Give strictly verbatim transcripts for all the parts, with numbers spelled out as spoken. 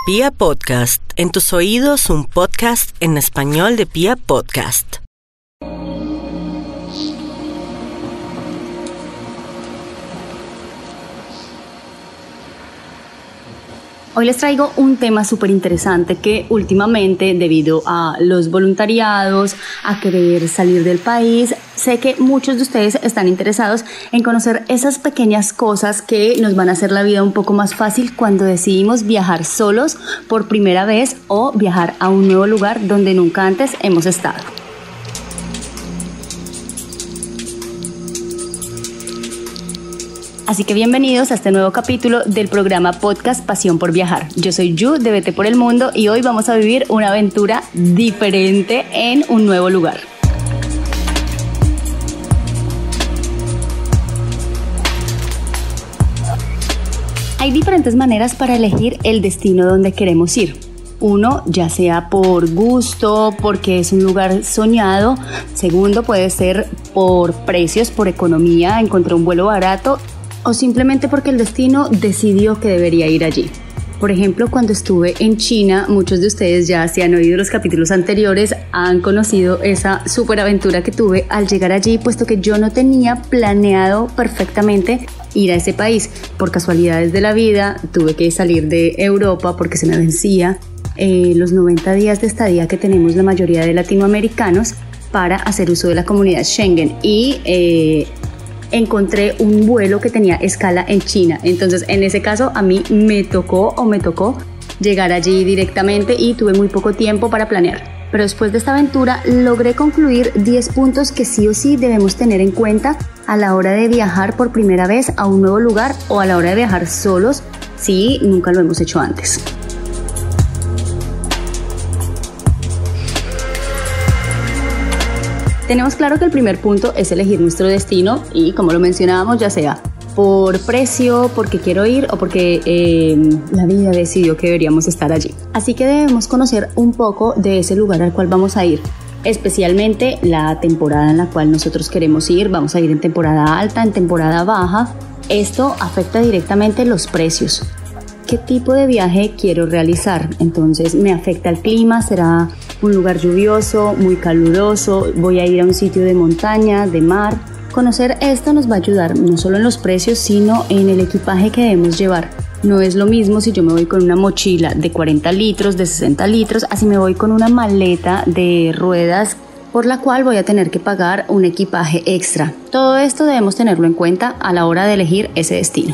Pia Podcast, en tus oídos un podcast en español de Pia Podcast. Hoy les traigo un tema súper interesante que últimamente, debido a los voluntariados, a querer salir del país, sé que muchos de ustedes están interesados en conocer esas pequeñas cosas que nos van a hacer la vida un poco más fácil cuando decidimos viajar solos por primera vez o viajar a un nuevo lugar donde nunca antes hemos estado. Así que bienvenidos a este nuevo capítulo del programa Podcast Pasión por Viajar. Yo soy Yu de Vete por el Mundo y hoy vamos a vivir una aventura diferente en un nuevo lugar. Hay diferentes maneras para elegir el destino donde queremos ir. Uno, ya sea por gusto, porque es un lugar soñado. Segundo, puede ser por precios, por economía, encontré un vuelo barato, o simplemente porque el destino decidió que debería ir allí. Por ejemplo, cuando estuve en China, muchos de ustedes ya si han oído los capítulos anteriores, han conocido esa súper aventura que tuve al llegar allí, puesto que yo no tenía planeado perfectamente ir a ese país. Por casualidades de la vida, tuve que salir de Europa porque se me vencía eh, los noventa días de estadía que tenemos la mayoría de latinoamericanos para hacer uso de la comunidad Schengen y eh, encontré un vuelo que tenía escala en China. Entonces en ese caso a mí me tocó o me tocó llegar allí directamente y tuve muy poco tiempo para planear. Pero después de esta aventura logré concluir diez puntos que sí o sí debemos tener en cuenta a la hora de viajar por primera vez a un nuevo lugar o a la hora de viajar solos si nunca lo hemos hecho antes. Tenemos claro que el primer punto es elegir nuestro destino y, como lo mencionábamos, ya sea por precio, porque quiero ir o porque eh, la vida decidió que deberíamos estar allí. Así que debemos conocer un poco de ese lugar al cual vamos a ir, especialmente la temporada en la cual nosotros queremos ir. Vamos a ir en temporada alta, en temporada baja. Esto afecta directamente los precios. ¿Qué tipo de viaje quiero realizar? Entonces, ¿me afecta el clima? ¿Será un lugar lluvioso, muy caluroso? ¿Voy a ir a un sitio de montaña, de mar? Conocer esto nos va a ayudar no solo en los precios, sino en el equipaje que debemos llevar. No es lo mismo si yo me voy con una mochila de cuarenta litros, de sesenta litros, así me voy con una maleta de ruedas por la cual voy a tener que pagar un equipaje extra. Todo esto debemos tenerlo en cuenta a la hora de elegir ese destino.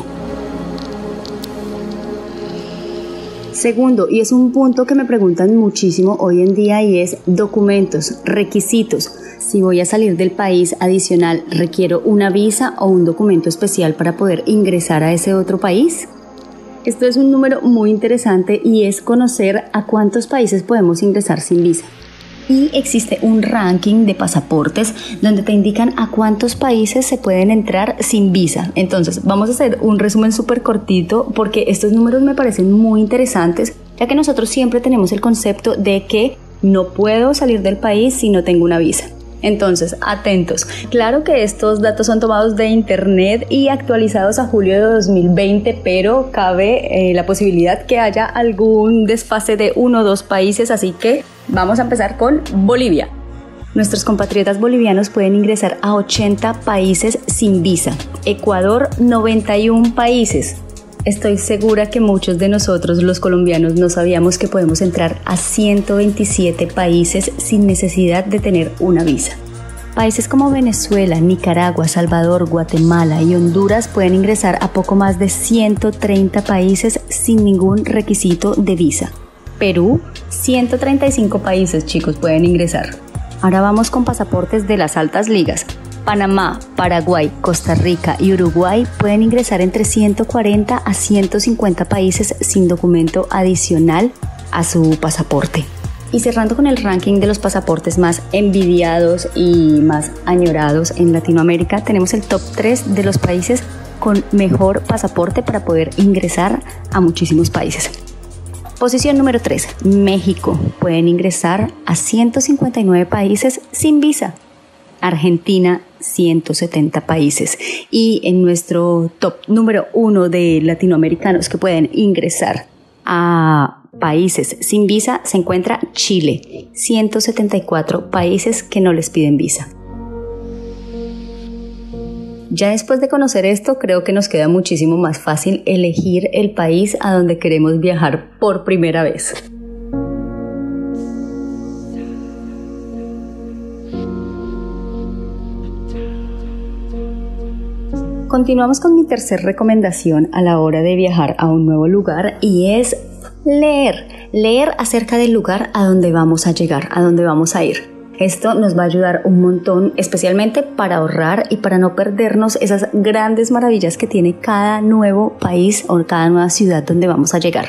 Segundo, y es un punto que me preguntan muchísimo hoy en día, y es documentos, requisitos. Si voy a salir del país adicional, ¿requiero una visa o un documento especial para poder ingresar a ese otro país? Esto es un número muy interesante y es conocer a cuántos países podemos ingresar sin visa. Y existe un ranking de pasaportes donde te indican a cuántos países se pueden entrar sin visa. Entonces vamos a hacer un resumen súper cortito porque estos números me parecen muy interesantes, ya que nosotros siempre tenemos el concepto de que no puedo salir del país si no tengo una visa. Entonces, atentos. Claro que estos datos son tomados de internet y actualizados a julio de dos mil veinte, pero cabe eh, la posibilidad que haya algún desfase de uno o dos países, así que vamos a empezar con Bolivia. Nuestros compatriotas bolivianos pueden ingresar a ochenta países sin visa. Ecuador, noventa y uno países. Estoy segura que muchos de nosotros, los colombianos, no sabíamos que podemos entrar a ciento veintisiete países sin necesidad de tener una visa. Países como Venezuela, Nicaragua, Salvador, Guatemala y Honduras pueden ingresar a poco más de ciento treinta países sin ningún requisito de visa. Perú, ciento treinta y cinco países, chicos, pueden ingresar. Ahora vamos con pasaportes de las altas ligas. Panamá, Paraguay, Costa Rica y Uruguay pueden ingresar entre ciento cuarenta a ciento cincuenta países sin documento adicional a su pasaporte. Y cerrando con el ranking de los pasaportes más envidiados y más añorados en Latinoamérica, tenemos el top tres de los países con mejor pasaporte para poder ingresar a muchísimos países. Posición número tres, México. Pueden ingresar a ciento cincuenta y nueve países sin visa. Argentina, ciento setenta países. Y en nuestro top número uno de latinoamericanos que pueden ingresar a países sin visa se encuentra Chile, ciento setenta y cuatro países que no les piden visa. Ya después de conocer esto, creo que nos queda muchísimo más fácil elegir el país a donde queremos viajar por primera vez. Continuamos con mi tercer recomendación a la hora de viajar a un nuevo lugar y es leer. Leer acerca del lugar a donde vamos a llegar, a donde vamos a ir. Esto nos va a ayudar un montón, especialmente para ahorrar y para no perdernos esas grandes maravillas que tiene cada nuevo país o cada nueva ciudad donde vamos a llegar.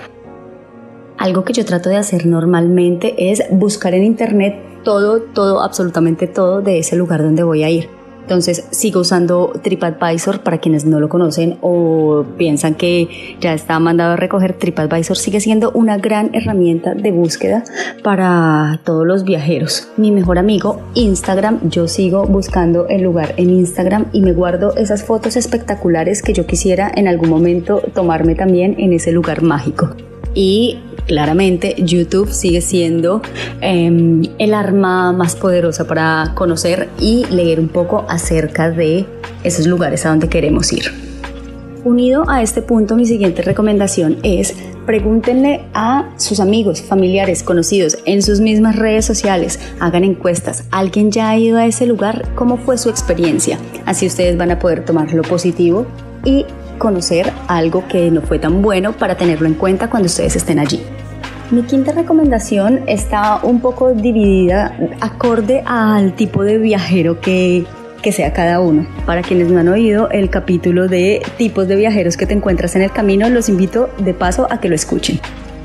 Algo que yo trato de hacer normalmente es buscar en internet todo, todo, absolutamente todo de ese lugar donde voy a ir. Entonces sigo usando TripAdvisor para quienes no lo conocen o piensan que ya está mandado a recoger. TripAdvisor sigue siendo una gran herramienta de búsqueda para todos los viajeros. Mi mejor amigo, Instagram, yo sigo buscando el lugar en Instagram y me guardo esas fotos espectaculares que yo quisiera en algún momento tomarme también en ese lugar mágico. Y claramente YouTube sigue siendo eh, el arma más poderosa para conocer y leer un poco acerca de esos lugares a donde queremos ir. Unido a este punto, mi siguiente recomendación es pregúntenle a sus amigos, familiares, conocidos en sus mismas redes sociales, hagan encuestas. ¿Alguien ya ha ido a ese lugar? ¿Cómo fue su experiencia? Así ustedes van a poder tomar lo positivo y conocer algo que no fue tan bueno para tenerlo en cuenta cuando ustedes estén allí. Mi quinta recomendación está un poco dividida acorde al tipo de viajero que, que sea cada uno. Para quienes no han oído el capítulo de tipos de viajeros que te encuentras en el camino, los invito de paso a que lo escuchen.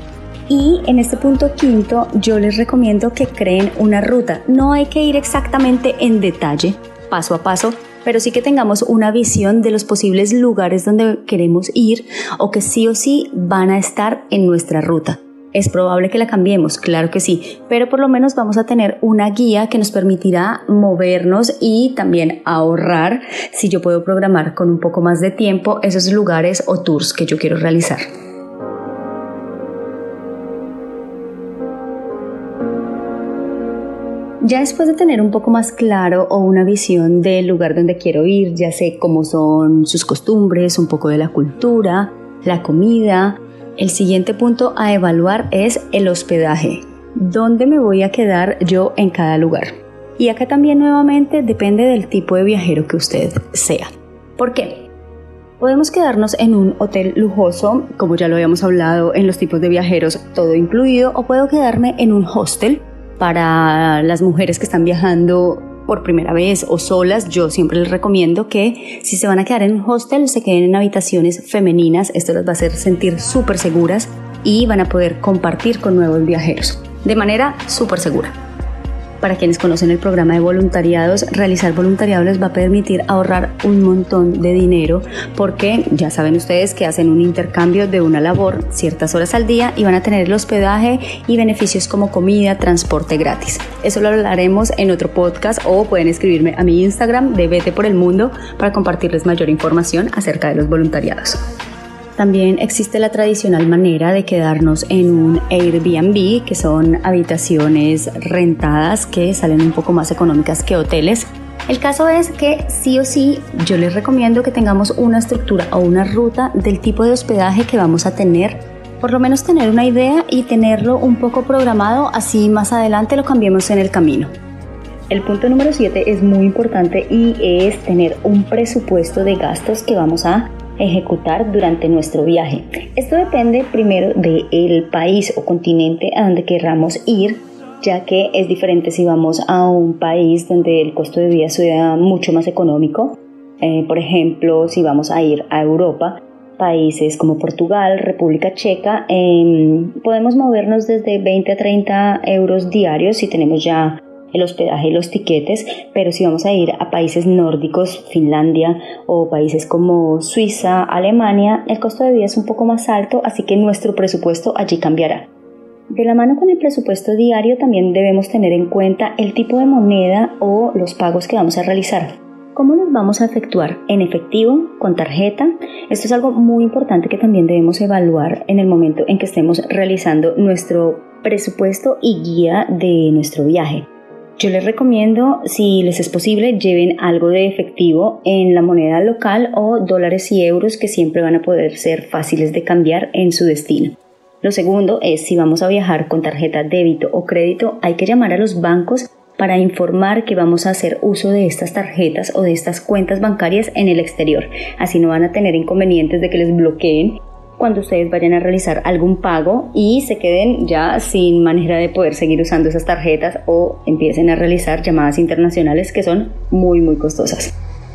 Y en este punto quinto, yo les recomiendo que creen una ruta. No hay que ir exactamente en detalle, paso a paso, pero sí que tengamos una visión de los posibles lugares donde queremos ir o que sí o sí van a estar en nuestra ruta. Es probable que la cambiemos, claro que sí, pero por lo menos vamos a tener una guía que nos permitirá movernos y también ahorrar si yo puedo programar con un poco más de tiempo esos lugares o tours que yo quiero realizar. Ya después de tener un poco más claro o una visión del lugar donde quiero ir, ya sé cómo son sus costumbres, un poco de la cultura, la comida, el siguiente punto a evaluar es el hospedaje. ¿Dónde me voy a quedar yo en cada lugar? Y acá también nuevamente depende del tipo de viajero que usted sea. ¿Por qué? Podemos quedarnos en un hotel lujoso, como ya lo habíamos hablado en los tipos de viajeros, todo incluido, o puedo quedarme en un hostel. Para las mujeres que están viajando por primera vez o solas, yo siempre les recomiendo que si se van a quedar en un hostel, se queden en habitaciones femeninas. Esto las va a hacer sentir súper seguras y van a poder compartir con nuevos viajeros de manera súper segura. Para quienes conocen el programa de voluntariados, realizar voluntariado les va a permitir ahorrar un montón de dinero porque ya saben ustedes que hacen un intercambio de una labor ciertas horas al día y van a tener el hospedaje y beneficios como comida, transporte gratis. Eso lo hablaremos en otro podcast o pueden escribirme a mi Instagram de Vete por el Mundo para compartirles mayor información acerca de los voluntariados. También existe la tradicional manera de quedarnos en un Airbnb, que son habitaciones rentadas que salen un poco más económicas que hoteles. El caso es que sí o sí yo les recomiendo que tengamos una estructura o una ruta del tipo de hospedaje que vamos a tener, por lo menos tener una idea y tenerlo un poco programado, así más adelante lo cambiemos en el camino. El punto número siete es muy importante y es tener un presupuesto de gastos que vamos a ejecutar durante nuestro viaje. Esto depende primero del país o continente a donde querramos ir, ya que es diferente si vamos a un país donde el costo de vida sea mucho más económico. Eh, por ejemplo, si vamos a ir a Europa, países como Portugal, República Checa, eh, podemos movernos desde veinte a treinta euros diarios si tenemos ya el hospedaje y los tiquetes, pero si vamos a ir a países nórdicos, Finlandia o países como Suiza, Alemania, el costo de vida es un poco más alto, así que nuestro presupuesto allí cambiará. De la mano con el presupuesto diario también debemos tener en cuenta el tipo de moneda o los pagos que vamos a realizar. ¿Cómo nos vamos a efectuar? ¿En efectivo? ¿Con tarjeta? Esto es algo muy importante que también debemos evaluar en el momento en que estemos realizando nuestro presupuesto y guía de nuestro viaje. Yo les recomiendo, si les es posible, lleven algo de efectivo en la moneda local o dólares y euros que siempre van a poder ser fáciles de cambiar en su destino. Lo segundo es, si vamos a viajar con tarjeta débito o crédito, hay que llamar a los bancos para informar que vamos a hacer uso de estas tarjetas o de estas cuentas bancarias en el exterior. Así no van a tener inconvenientes de que les bloqueen cuando ustedes vayan a realizar algún pago y se queden ya sin manera de poder seguir usando esas tarjetas o empiecen a realizar llamadas internacionales que son muy muy costosas.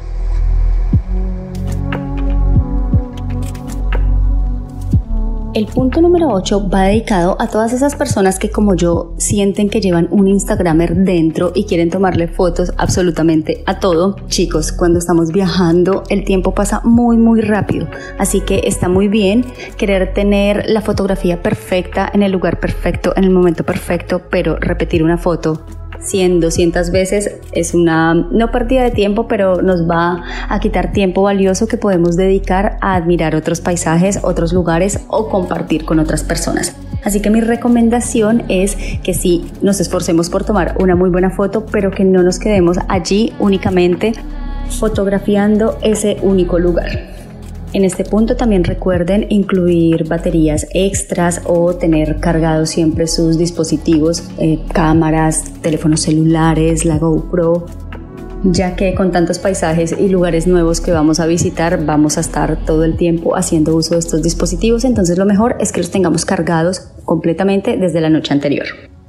El punto número ocho va dedicado a todas esas personas que, como yo, sienten que llevan un Instagramer dentro y quieren tomarle fotos absolutamente a todo. Chicos, cuando estamos viajando el tiempo pasa muy muy rápido, así que está muy bien querer tener la fotografía perfecta en el lugar perfecto, en el momento perfecto, pero repetir una foto cien, doscientas veces es una no pérdida de tiempo, pero nos va a quitar tiempo valioso que podemos dedicar a admirar otros paisajes, otros lugares o compartir con otras personas. Así que mi recomendación es que sí nos esforcemos por tomar una muy buena foto, pero que no nos quedemos allí únicamente fotografiando ese único lugar. En este punto también recuerden incluir baterías extras o tener cargados siempre sus dispositivos, eh, cámaras, teléfonos celulares, la GoPro, ya que con tantos paisajes y lugares nuevos que vamos a visitar vamos a estar todo el tiempo haciendo uso de estos dispositivos, entonces lo mejor es que los tengamos cargados completamente desde la noche anterior.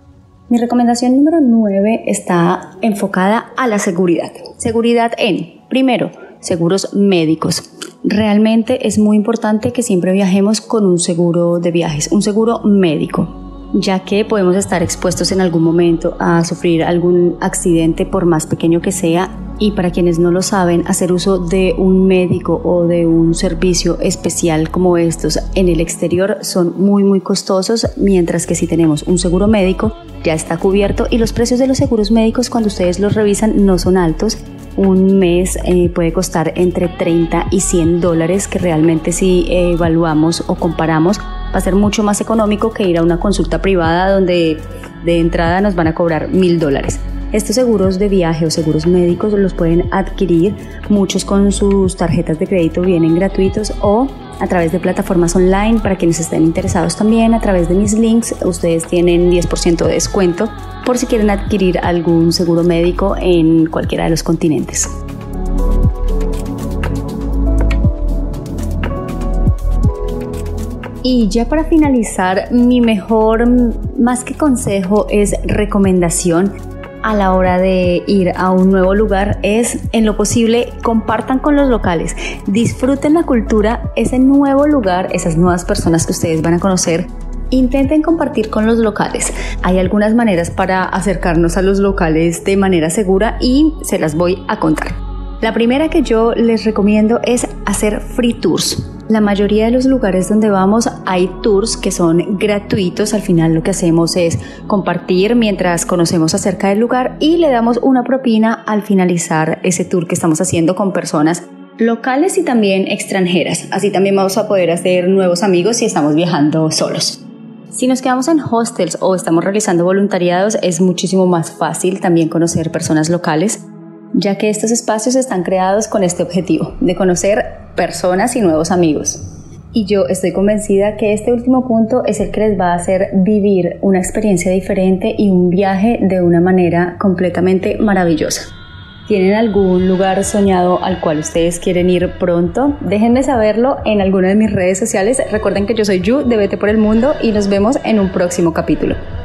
Mi recomendación número nueve está enfocada a la seguridad. Seguridad en, primero, seguros médicos. Realmente es muy importante que siempre viajemos con un seguro de viajes, un seguro médico, ya que podemos estar expuestos en algún momento a sufrir algún accidente por más pequeño que sea. Y para quienes no lo saben, hacer uso de un médico o de un servicio especial como estos en el exterior son muy muy costosos, mientras que si tenemos un seguro médico ya está cubierto, y los precios de los seguros médicos cuando ustedes los revisan no son altos. Un mes eh, puede costar entre treinta y cien dólares, que realmente si eh, evaluamos o comparamos va a ser mucho más económico que ir a una consulta privada donde de entrada nos van a cobrar mil dólares. Estos seguros de viaje o seguros médicos los pueden adquirir, muchos con sus tarjetas de crédito vienen gratuitos o a través de plataformas online. Para quienes estén interesados también, a través de mis links ustedes tienen diez por ciento de descuento por si quieren adquirir algún seguro médico en cualquiera de los continentes. Y ya para finalizar, mi mejor, más que consejo, es recomendación a la hora de ir a un nuevo lugar es, en lo posible, compartan con los locales, disfruten la cultura, ese nuevo lugar, esas nuevas personas que ustedes van a conocer. Intenten compartir con los locales. Hay algunas maneras para acercarnos a los locales de manera segura y se las voy a contar. La primera que yo les recomiendo es hacer free tours. La mayoría de los lugares donde vamos hay tours que son gratuitos. Al final lo que hacemos es compartir mientras conocemos acerca del lugar y le damos una propina al finalizar ese tour que estamos haciendo con personas locales y también extranjeras. Así también vamos a poder hacer nuevos amigos si estamos viajando solos. Si nos quedamos en hostels o estamos realizando voluntariados, es muchísimo más fácil también conocer personas locales, ya que estos espacios están creados con este objetivo, de conocer personas y nuevos amigos. Y yo estoy convencida que este último punto es el que les va a hacer vivir una experiencia diferente y un viaje de una manera completamente maravillosa. ¿Tienen algún lugar soñado al cual ustedes quieren ir pronto? Déjenme saberlo en alguna de mis redes sociales. Recuerden que yo soy Yu de Vete por el Mundo y nos vemos en un próximo capítulo.